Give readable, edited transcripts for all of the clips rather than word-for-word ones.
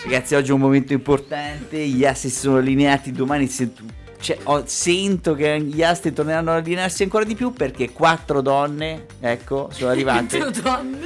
Ragazzi, oggi è un momento importante, gli astri si sono allineati, domani sento che gli astri torneranno ad allinearsi ancora di più perché 4 donne, ecco, sono arrivate. 4 donne.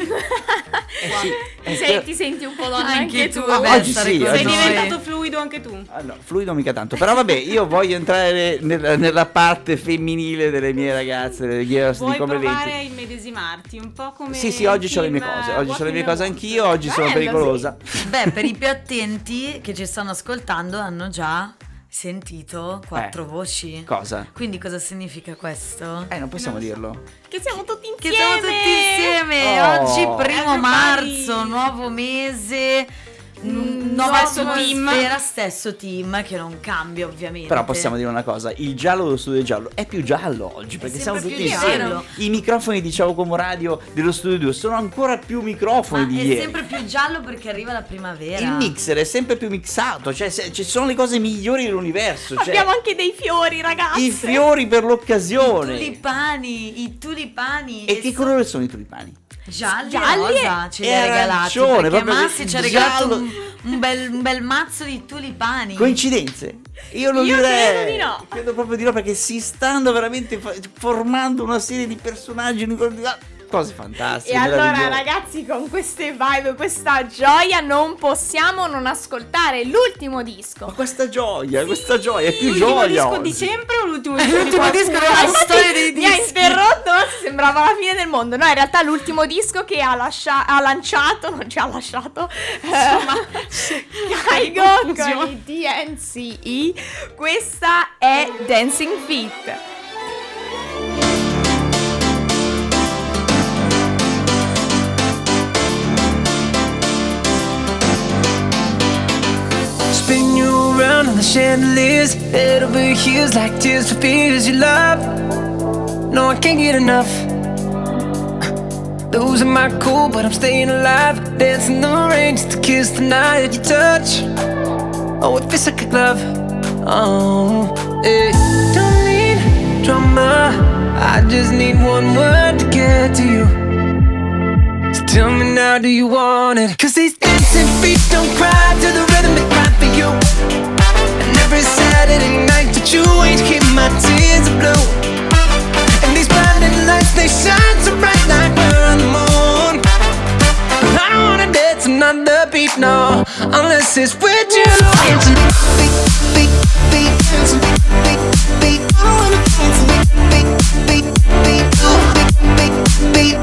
Ti senti un po' donna anche tu. Oggi sì, sei oggi diventato fluido anche tu. No, fluido mica tanto, però vabbè, io voglio entrare nella parte femminile delle mie ragazze, delle girls di Come Vuoi provare 20. a immedesimarti un po' come Sì, oggi ho le mie cose, oggi ho le mie cose anch'io, oggi sono pericolosa. Beh, per i più attenti che ci stanno ascoltando hanno già sentito 4 voci. Cosa? Quindi cosa significa questo? Non possiamo dirlo. Che siamo tutti Che insieme. siamo tutti insieme. Oh. Oggi 1 Everybody. marzo, nuovo mese, nuova Stesso atmosfera, stesso team che non cambia ovviamente. Però possiamo dire una cosa, il giallo dello studio giallo è più giallo oggi perché siamo sempre tutti più insieme. giallo. I microfoni di Ciao Como Radio dello studio 2 sono ancora più microfoni Ma di è ieri. sempre più giallo perché arriva la primavera. Il mixer è sempre più mixato, cioè ci sono le cose migliori dell'universo. Cioè, Abbiamo anche dei fiori, ragazzi. i fiori per l'occasione. I tulipani. E che colore sono i tulipani? Gialli, Gialli rosa ce li e ha regalati arancione, perché proprio Massi ci ha regalato giallo. un bel mazzo di tulipani. Coincidenze? Io non Io direi. credo di no. Credo proprio di no perché si stanno veramente formando una serie di personaggi, cose fantastiche. E allora meravigliose. ragazzi, con queste vibe, questa gioia non possiamo non ascoltare l'ultimo disco. Ma questa gioia è più L'ultimo gioia disco oggi. di sempre o l'ultimo disco di L'ultimo disco della Infatti, storia dei mi ha dischi. interrotto, ma sembrava la fine del mondo. No, in realtà l'ultimo disco che ha lanciato, non ci ha lasciato, Kygo con i DNCE. Questa è Dancing Feet. Spin you around on the chandeliers, head over heels like tears for fears you love. No, I can't get enough. Losing my cool, but I'm staying alive. Dancing the rain just to kiss the night that you touch. Oh, it feels like a glove. Oh, hey. Don't need drama, I just need one word to get to you. So tell me now, do you want it? 'Cause these dancing feet don't cry to the rhythm they cry for you. And every Saturday night that you ain't keep my tears are blue. And these blinding lights, they shine so bright like we're on the moon. I don't wanna dance another beat, no, unless it's with you. Dancing beat, beat, beat, dancing beat, beat. I don't wanna dance beat, beat, beat, beat, beat, beat.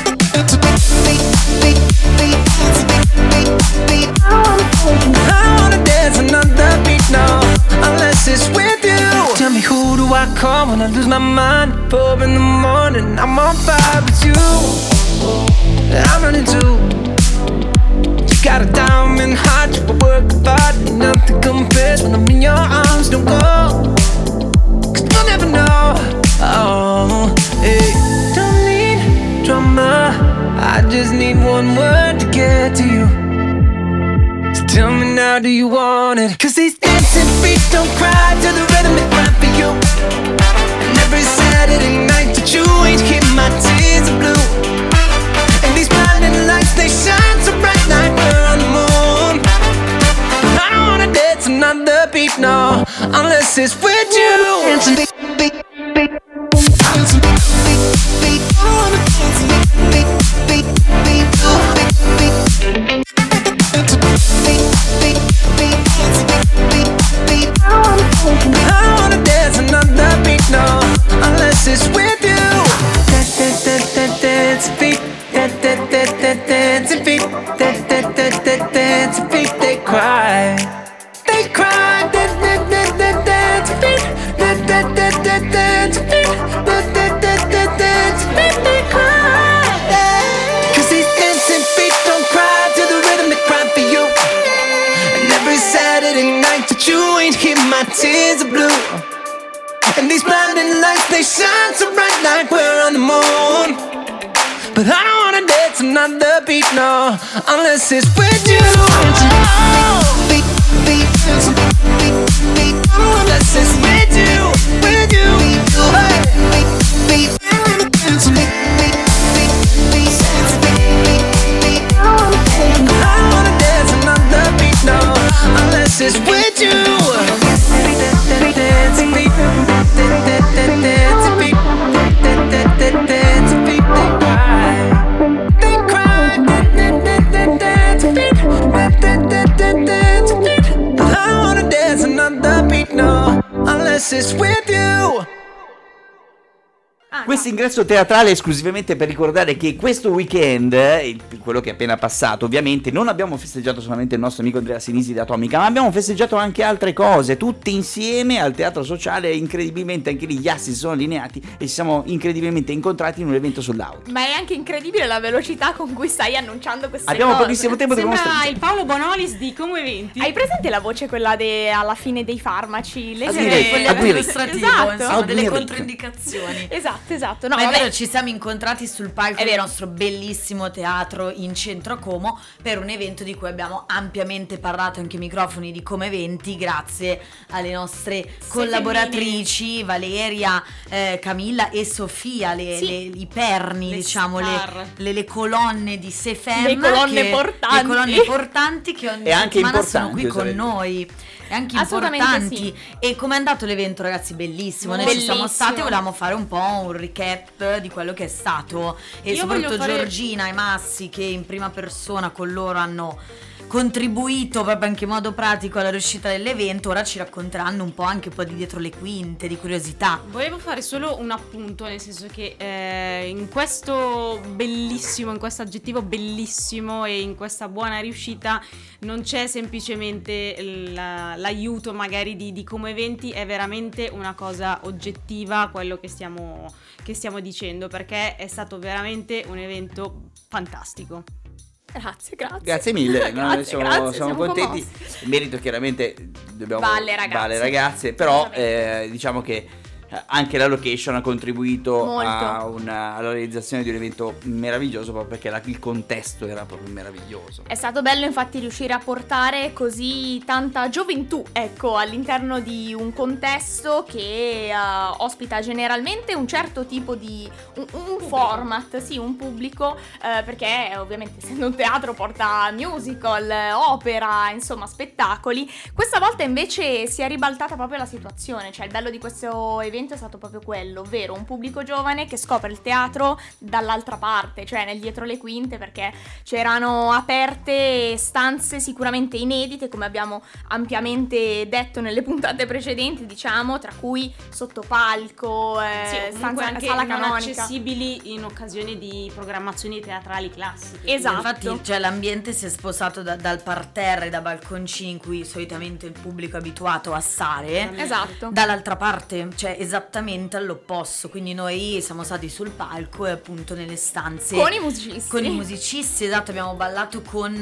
I don't wanna dance another beat, no, unless it's with you. Tell me, who do I call when I lose my mind? 4 in the morning, I'm on fire with you. I'm running too. You got a diamond heart, you work hard, nothing compares when I'm in your arms. Don't go, 'cause you'll never know. Oh, hey. Don't need drama, I just need one word to get to you. So tell me now, do you want it? 'Cause these dancing feet don't cry to the rhythm they cry for you. And every Saturday night that you ain't keep my tears are blue. And these blinding lights, they shine so bright like we're on the moon. I don't wanna dance another beat, no, unless it's with you. Dancing beat, beat, beat. Dancing beat, beat, beat. I don't wanna dance beat, beat, beat, beat, beat, beat. Dancing beat, beat, beat, beat. Dancing beat, beat, beat. I don't wanna dance another beat, no, unless it's with you. Dancing feet, dancing feet, dancing feet, they cry. They cry, dancing feet, dancing feet, dancing feet, they cry. 'Cause these dancing feet don't cry to the rhythm they cry for you. And every Saturday night that you ain't keep my tears are blue. And these blinding lights, they shine so bright like we're on the moon. But I don't wanna dance another beat, no, unless it's with you. Beat, beat, beat, beat, unless it's with you, with you. Hey. Beat, beat, beat, beat, beat, beat, beat. I don't wanna dance another beat, no, questo ingresso teatrale esclusivamente per ricordare che questo weekend, quello che è appena passato, ovviamente non abbiamo festeggiato solamente il nostro amico Andrea Sinisi di Atomica, ma abbiamo festeggiato anche altre cose, tutte insieme al Teatro Sociale. Incredibilmente anche lì gli assi si sono allineati e ci siamo incredibilmente incontrati in un evento sold out. Ma è anche incredibile la velocità con cui stai annunciando queste Abbiamo cose. pochissimo tempo, dobbiamo Sembra il Paolo Bonolis di Come Eventi. Hai presente la voce quella alla fine dei farmaci? Le Aguirre, Quelle Aguirre. illustrativo, Esatto. insomma, delle Aguirre. controindicazioni. Esatto. No, Ma è vabbè. vero, ci siamo incontrati sul palco È del vero. nostro bellissimo teatro in centro a Como per un evento di cui abbiamo ampiamente parlato anche ai microfoni di Come Eventi, grazie alle nostre collaboratrici Valeria, Camilla e Sofia, Sì. i perni, Le diciamo, star. le colonne di Sefem, Le colonne portanti. le colonne portanti che ogni E anche settimana sono importanti, qui con oserei noi. E anche Assolutamente importanti. sì. E com'è andato l'evento, ragazzi? Bellissimo. Noi ci siamo Bellissimo. stati e volevamo fare un po' un recap di quello che è stato. E Io soprattutto voglio fare- Giorgina e Massi, che in prima persona con loro hanno contribuito proprio anche in modo pratico alla riuscita dell'evento. Ora ci racconteranno un po' di dietro le quinte, di curiosità. Volevo fare solo un appunto, nel senso che in questo bellissimo, in questo aggettivo bellissimo e in questa buona riuscita non c'è semplicemente l'aiuto magari di Come Eventi, è veramente una cosa oggettiva quello che stiamo dicendo, perché è stato veramente un evento fantastico. Grazie Mille, noi Grazie, siamo contenti. commossi. Il merito chiaramente dobbiamo Vale, ragazze. vale, ragazze, però Assolutamente. diciamo che anche la location ha contribuito Molto. alla realizzazione di un evento meraviglioso, proprio perché il contesto era proprio meraviglioso. È stato bello infatti riuscire a portare così tanta gioventù, ecco, all'interno di un contesto che ospita generalmente un certo tipo di un format, sì, un pubblico, perché ovviamente essendo un teatro porta musical, opera, insomma spettacoli. Questa volta invece si è ribaltata proprio la situazione, cioè il bello di questo evento è stato proprio quello, ovvero un pubblico giovane che scopre il teatro dall'altra parte, cioè nel dietro le quinte, perché c'erano aperte stanze sicuramente inedite, come abbiamo ampiamente detto nelle puntate precedenti, diciamo, tra cui sottopalco, Sì, o comunque stanza, anche sala non canonica. accessibili in occasione di programmazioni teatrali classiche. Esatto. Infatti, cioè, l'ambiente si è spostato dal parterre, da balconcini in cui solitamente il pubblico è abituato a stare, Esatto. dall'altra parte, cioè esattamente all'opposto. Quindi noi siamo stati sul palco e appunto nelle stanze Con i musicisti. con i musicisti, esatto, abbiamo ballato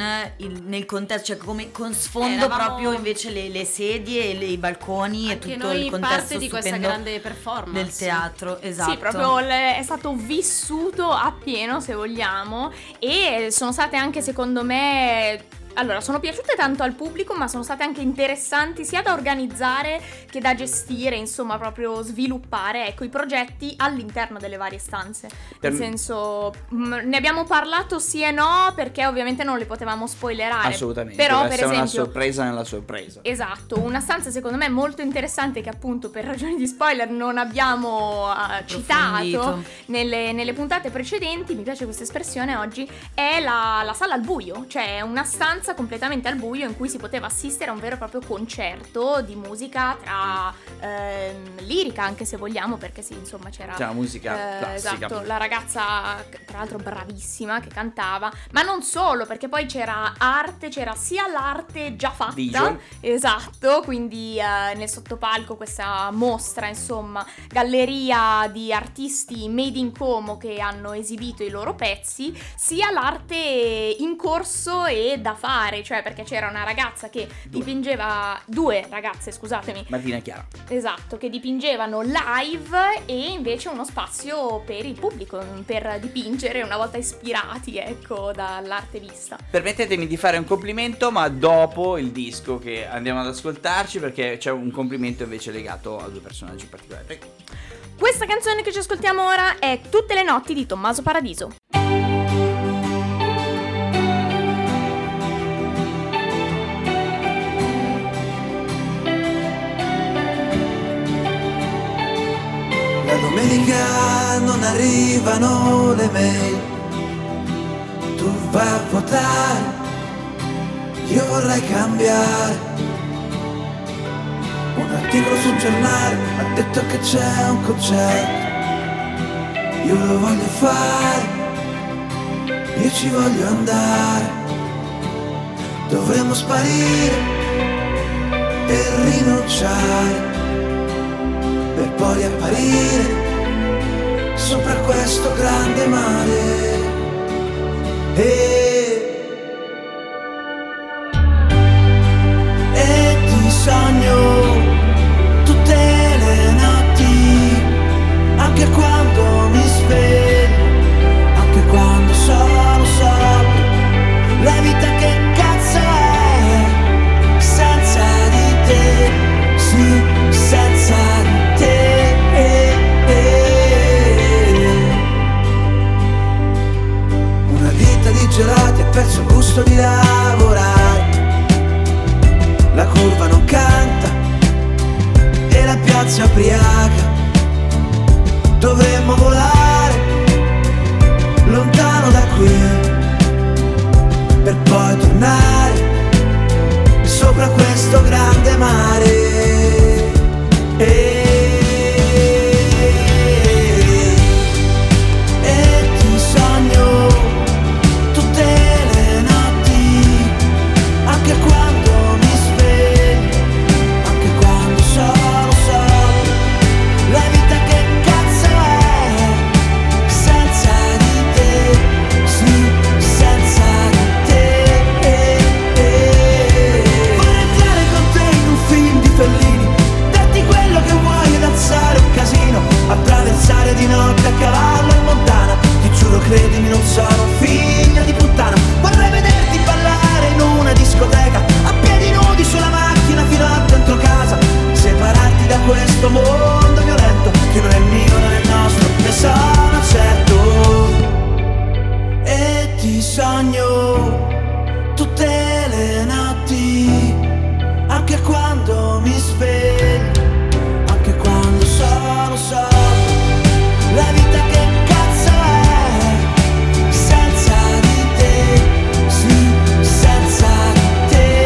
nel contesto, cioè come con sfondo Eravamo- proprio invece le sedie e i balconi e Anche tutto noi il contesto parte di questa stupendo grande performance del teatro, esatto. Sì, proprio è stato vissuto appieno, se vogliamo, e sono state anche, secondo me, allora, sono piaciute tanto al pubblico, ma sono state anche interessanti sia da organizzare che da gestire, insomma, proprio sviluppare, ecco, i progetti all'interno delle varie stanze. Nel senso, ne abbiamo parlato sì e no, perché ovviamente non le potevamo spoilerare. Assolutamente, Però, deve per essere una esempio, sorpresa nella sorpresa. esatto, una stanza secondo me molto interessante che appunto per ragioni di spoiler non abbiamo citato Approfondito. nelle puntate precedenti, mi piace questa espressione oggi, è la sala al buio, cioè una stanza completamente al buio in cui si poteva assistere a un vero e proprio concerto di musica tra lirica, anche se vogliamo, perché sì, insomma c'era C'è la musica classica. esatto, la ragazza tra l'altro bravissima che cantava, ma non solo, perché poi c'era arte, c'era sia l'arte già fatta, Visual. esatto, quindi nel sottopalco questa mostra, insomma, galleria di artisti made in Como che hanno esibito i loro pezzi, sia l'arte in corso e da fare, cioè perché c'era una ragazza che dipingeva, due ragazze, scusatemi, Martina e Chiara. esatto, che dipingevano live e invece uno spazio per il pubblico, per dipingere una volta ispirati, ecco, dall'arte vista. Permettetemi di fare un complimento, ma dopo il disco che andiamo ad ascoltarci, perché c'è un complimento invece legato a due personaggi particolari. Prego. Questa canzone che ci ascoltiamo ora è Tutte le notti di Tommaso Paradiso. La domenica non arrivano le mail, tu vai a votare, io vorrei cambiare. Un articolo sul giornale ha detto che c'è un concerto io lo voglio fare, io ci voglio andare. Dovremmo sparire e rinunciare, per poi apparire sopra questo grande mare. E ti sogno tutte le notti, anche quando mi sveglio, anche quando sono sobrio. La vita che cazzo è senza di te, sì, senza di te. Una vita di gelati, ha perso il gusto di lavorare. La curva non canta e la piazza ubriaca. Dovremmo volare lontano da qui, per poi tornare sopra questo grande mare. E ti sogno tutte le notti, anche quando mi sveglio, anche quando sono sobrio. La vita che cazzo è senza di te, sì, senza di te. Vorrei entrare con te in un film di Fellini, darti quello che vuoi ed alzare un casino, attraversare di notte a cavallo in montana. Ti giuro, credimi, non sono figlio di puttana. Vorrei vederti ballare in una discoteca, a piedi nudi sulla macchina fino a dentro casa, separarti da questo mondo violento che non è mio, non è nostro, ne sono certo. E ti sogno tutte le notti, anche quando mi sveglio, anche quando sono sobrio. La vita che cazzo è senza di te, sì, senza di te.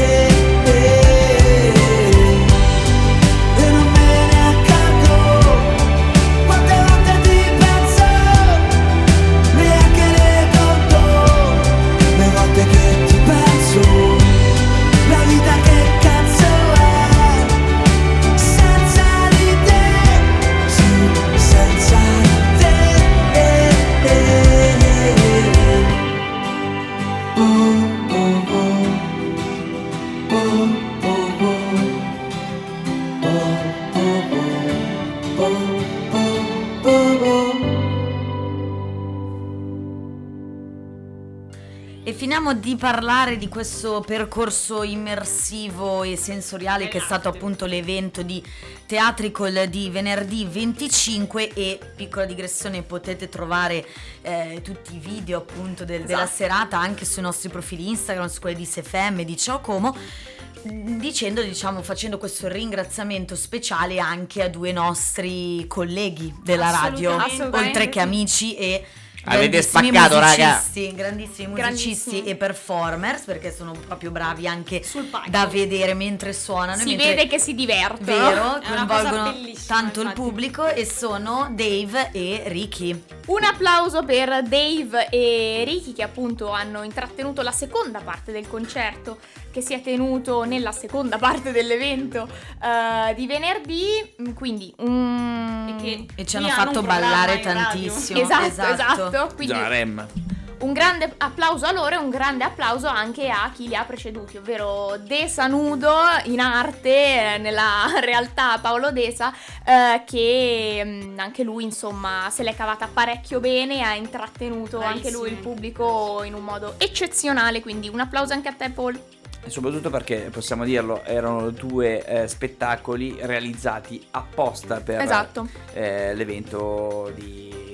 E non me ne accorgo quante volte ti penso, neanche le conto le volte che ti penso. La vita che cazzo è senza di te, sì, senza di te. Oh, oh, oh. Oh, oh, oh. Oh, oh, oh. Oh, oh, oh. E finiamo di parlare di questo percorso immersivo e sensoriale che è stato appunto l'evento di Theatrical di venerdì 25. E piccola digressione, potete trovare tutti i video appunto della serata anche sui nostri profili Instagram, su quelli di SFM, di Ciao Como, facendo questo ringraziamento speciale anche a due nostri colleghi della radio, Assolutamente. oltre che amici e Avete grandissimi spaccato, raga. grandissimi musicisti Grandissimi. e performers, perché sono proprio bravi anche Sul palco. da vedere mentre suonano, Si mentre- vede che si divertono. vero, È una cosa coinvolgono bellissima, tanto il infatti. pubblico, e sono Dave e Ricky. Un applauso per Dave e Ricky, che appunto hanno intrattenuto la seconda parte del concerto che si è tenuto nella seconda parte dell'evento di venerdì. Quindi E ci hanno qui fatto un programma ballare in radio. tantissimo. esatto. Quindi Già, Rem. un grande applauso a loro e un grande applauso anche a chi li ha preceduti, ovvero Desa Nudo in arte, nella realtà Paolo Desa, che anche lui insomma se l'è cavata parecchio bene, ha intrattenuto anche lui il pubblico in un modo eccezionale, quindi un applauso anche a te, Paul. E soprattutto perché, possiamo dirlo, erano due spettacoli realizzati apposta per Esatto. l'evento di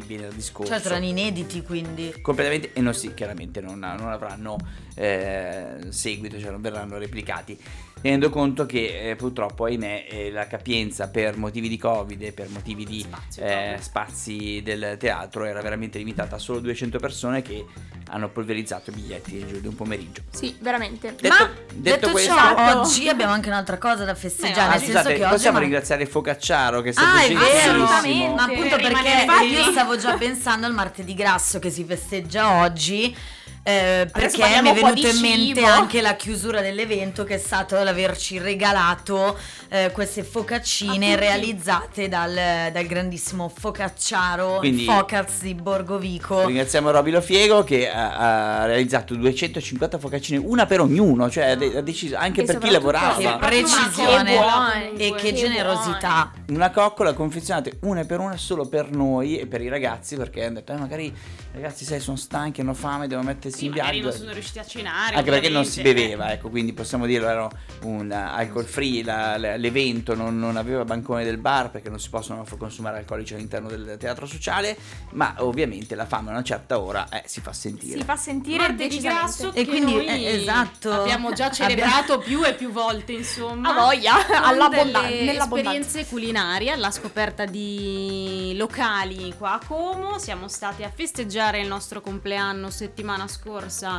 venerdì scorso. Cioè saranno inediti, quindi Completamente, e chiaramente non avranno seguito, cioè non verranno replicati, tenendo conto che purtroppo, ahimè, la capienza per motivi di Covid e per motivi di spazi del teatro era veramente limitata a solo 200 persone che hanno polverizzato i biglietti il giorno di un pomeriggio. Sì, veramente. Detto questo, ciò, oggi abbiamo anche un'altra cosa da festeggiare, nel senso scusate, che oggi possiamo ringraziare Focacciaro che è stato è vero, Assolutamente. ma appunto Rimane perché fatti. io stavo già pensando al martedì grasso che si festeggia oggi. Perché mi parliamo è un po' venuto di in mente cibo. anche la chiusura dell'evento, che è stato l'averci regalato queste focaccine realizzate dal grandissimo Focacciaro, Quindi Focaz di Borgovico. ringraziamo Roby Lofiego che ha realizzato 250 focaccine, una per ognuno, cioè ha deciso anche E per chi soprattutto lavorava. Che Che precisione buone, e che che generosità. Una coccola confezionate una per una solo per noi e per i ragazzi, perché hanno detto magari ragazzi sai sono stanchi, hanno fame, devono mettersi in magari viaggio, non sono riusciti a cenare, anche perché non si ovviamente. beveva, ecco, quindi possiamo dirlo, era un alcol free, l'evento non aveva bancone del bar perché non si possono consumare alcolici all'interno del teatro sociale, ma ovviamente la fame a una certa ora si fa sentire. Si fa sentire Martedì grasso decisamente. E che quindi, noi esatto. abbiamo già celebrato più e più volte, insomma, A voglia, con nell'abbondanza. delle esperienze culinarie, alla scoperta di locali qua a Como. Siamo stati a festeggiare il nostro compleanno settimana scorsa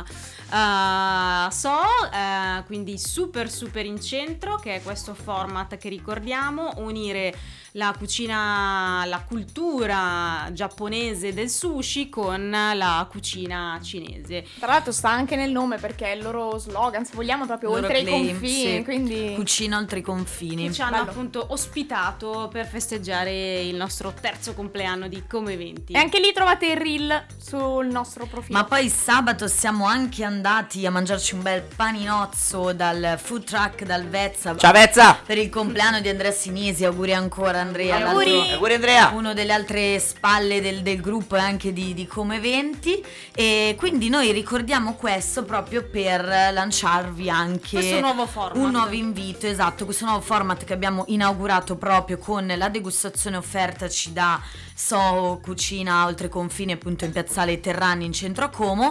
a quindi super in centro, che è questo format che ricordiamo, unire la cucina, la cultura giapponese del sushi con la cucina cinese. Tra l'altro sta anche nel nome, perché è il loro slogan, se vogliamo, proprio Loro oltre claim, i confini, sì. quindi Cucina oltre i confini. Che ci hanno Bello. appunto ospitato per festeggiare il nostro terzo compleanno di Come Eventi. E anche lì trovate il reel sul nostro profilo. Ma poi sabato siamo anche andati a mangiarci un bel paninozzo dal food truck dal Vezza. Ciao Vezza! Per il compleanno di Andrea Sinisi, auguri ancora Andrea. Auguri! l'altro- Auguri Andrea! Uno delle altre spalle del gruppo e anche di Come Eventi, e quindi noi ricordiamo questo proprio per lanciarvi anche Questo nuovo format. un nuovo invito, esatto, questo nuovo format che abbiamo inaugurato proprio con la degustazione offertaci da So Cucina Oltre Confini, appunto in piazzale Terrani in centro a Como.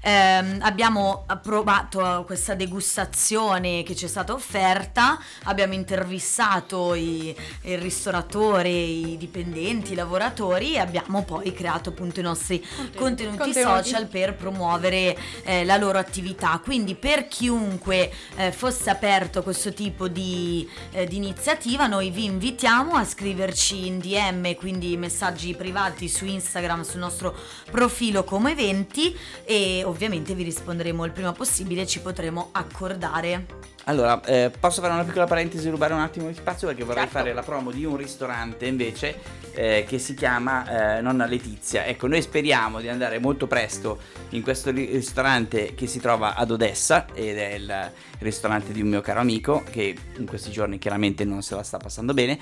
Abbiamo approvato questa degustazione che ci è stata offerta, abbiamo intervistato il ristoratore, i dipendenti, i lavoratori, e abbiamo poi creato appunto i nostri contenuti social per promuovere la loro attività. Quindi per chiunque fosse aperto a questo tipo di iniziativa, noi vi invitiamo a scriverci in DM, quindi messaggi privati su Instagram, sul nostro profilo Come Eventi, e ovviamente vi risponderemo il prima possibile, ci potremo accordare. Allora, posso fare una piccola parentesi e rubare un attimo di spazio, perché vorrei Certo. fare la promo di un ristorante invece che si chiama Nonna Letizia. Ecco, noi speriamo di andare molto presto in questo ristorante che si trova ad Odessa, ed è il ristorante di un mio caro amico che in questi giorni chiaramente non se la sta passando bene,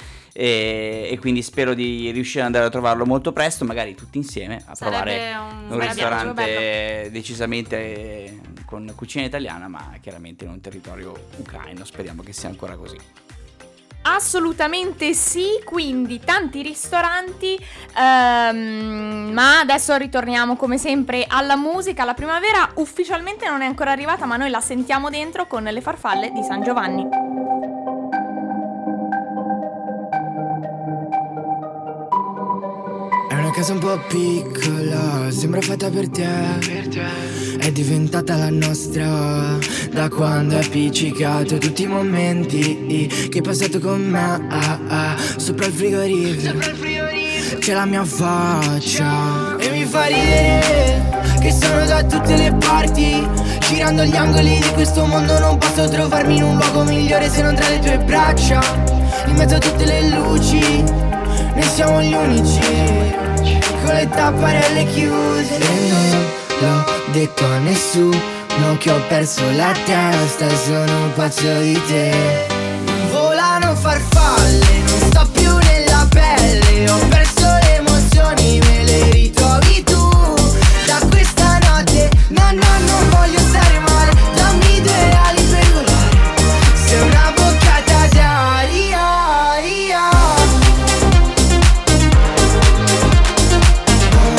e quindi spero di riuscire ad andare a trovarlo molto presto, magari tutti insieme a Sarebbe provare un un bel ristorante decisamente con cucina italiana, ma chiaramente in un territorio ucraino. Speriamo che sia ancora così. Assolutamente sì, quindi tanti ristoranti, ma adesso ritorniamo come sempre alla musica. La primavera ufficialmente non è ancora arrivata, ma noi la sentiamo dentro con Le farfalle di San Giovanni. È una casa un po' piccola, sembra fatta per te. È diventata la nostra da quando hai appiccicato tutti i momenti che hai passato con me. Sopra il frigorifero c'è la mia faccia e mi fa ridere che sono da tutte le parti. Girando gli angoli di questo mondo non posso trovarmi in un luogo migliore se non tra le tue braccia. In mezzo a tutte le luci noi siamo gli unici, con le tapparelle chiuse. E non l'ho detto a nessuno che ho perso la testa, sono pazzo di te. Volano farfalle, non sto più nella pelle, ho perso le emozioni, me le ritrovi tu. Da questa notte, no, non voglio stare male, dammi 2 ali per volare, sei una boccata d'aria.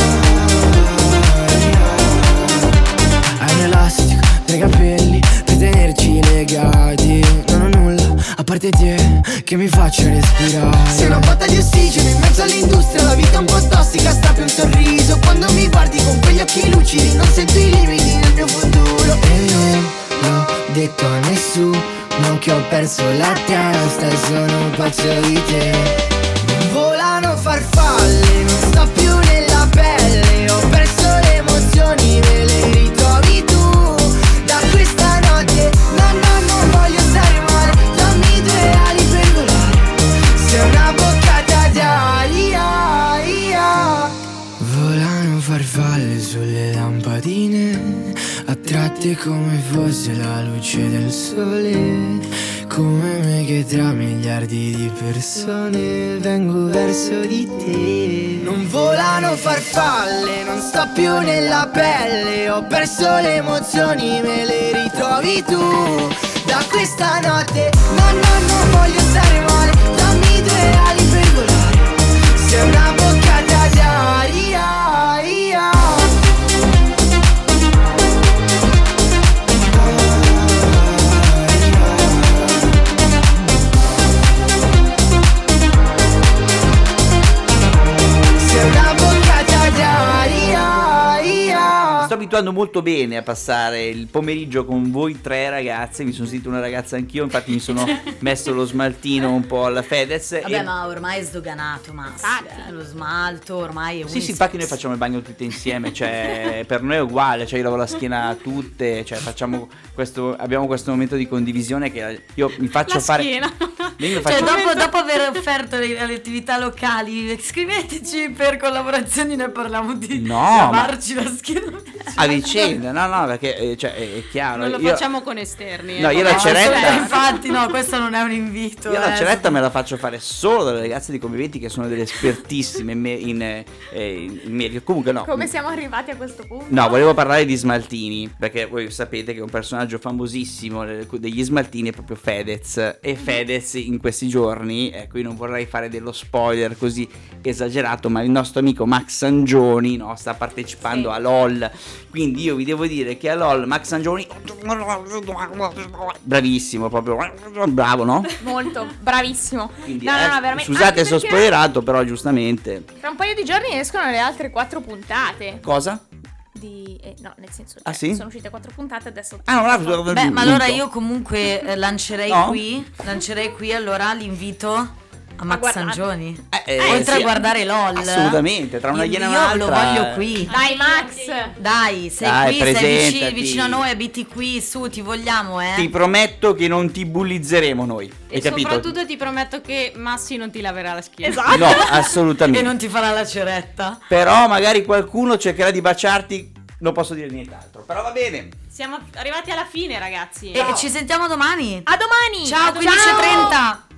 che mi faccia respirare. Sei una botta di ossigeno in mezzo all'industria, la vita è un po' tossica, sta più un sorriso. Quando mi guardi con quegli occhi lucidi non sento i limiti nel mio futuro. E non l'ho detto a nessuno che ho perso la testa e sono pazzo di te. Volano farfalle, non sto più nella pelle, ho perso le emozioni, me le ritrovi tu. Da questa notte, no, non voglio stare male, dammi 2 ali per volare, sei una boccata d'aria. Volano farfalle sulle lampadine, attratte come fosse la luce del sole. Come me che tra miliardi di persone vengo verso di te. Non volano farfalle, non sto più nella pelle, ho perso le emozioni, me le ritrovi tu. Da questa notte, no, non voglio stare male, dammi 2 ali per volare, sei una boccata d'aria. Sto abituando molto bene a passare il pomeriggio con voi 3 ragazze. Mi sono sentito una ragazza anch'io, infatti mi sono messo lo smaltino un po' alla Fedez. Vabbè, ma ormai è sdoganato, ma lo smalto ormai è Sì, infatti noi facciamo il bagno tutte insieme, cioè per noi è uguale, cioè io lavo la schiena a tutte, cioè facciamo questo, abbiamo questo momento di condivisione che io mi faccio fare. Schiena. Io mi faccio- Cioè, dopo aver offerto alle attività locali, scriveteci per collaborazioni, noi parliamo di No, ma- lavarci la schiena. a vicenda, no, perché cioè, è chiaro. Non lo io- facciamo con esterni. No, io la ceretta- Infatti, no, questo non è un invito. Io la ceretta me la faccio fare solo dalle ragazze di Conviventi che sono delle espertissime in merito. Comunque no. Come siamo arrivati a questo punto? No, volevo parlare di Smaltini, perché voi sapete che un personaggio famosissimo degli Smaltini è proprio Fedez. E Fedez in questi giorni, ecco, io non vorrei fare dello spoiler così esagerato, ma il nostro amico Max Sangioni, no, sta partecipando a LOL. Quindi io vi devo dire che a LOL Max Sangioni, bravissimo, proprio bravo, no? Molto, bravissimo. Quindi, No, veramente. scusate Anche se ho perché spoilerato, però giustamente. Tra un paio di giorni escono le altre 4 puntate. Cosa? No, nel senso, Ah, sì? sono uscite 4 puntate adesso. Ah, non Beh, ma allora io comunque lancerei No? qui allora l'invito a Max guardate. Sangioni. sì, Oltre a guardare LOL. Assolutamente, tra una iena e Io un'altra. lo voglio qui. Dai Max! Dai, sei Dai, qui, sei presentati. vicino a noi, abiti qui, su, ti vogliamo, Ti prometto che non ti bullizzeremo noi. E Hai capito? soprattutto ti prometto che Massi non ti laverà la schiena. Esatto. No, E assolutamente. non ti farà la ceretta. Però magari qualcuno cercherà di baciarti. Non posso dire nient'altro. Però va bene. Siamo arrivati alla fine, ragazzi. E ci sentiamo domani. A domani! Ciao, A domani. 15:30.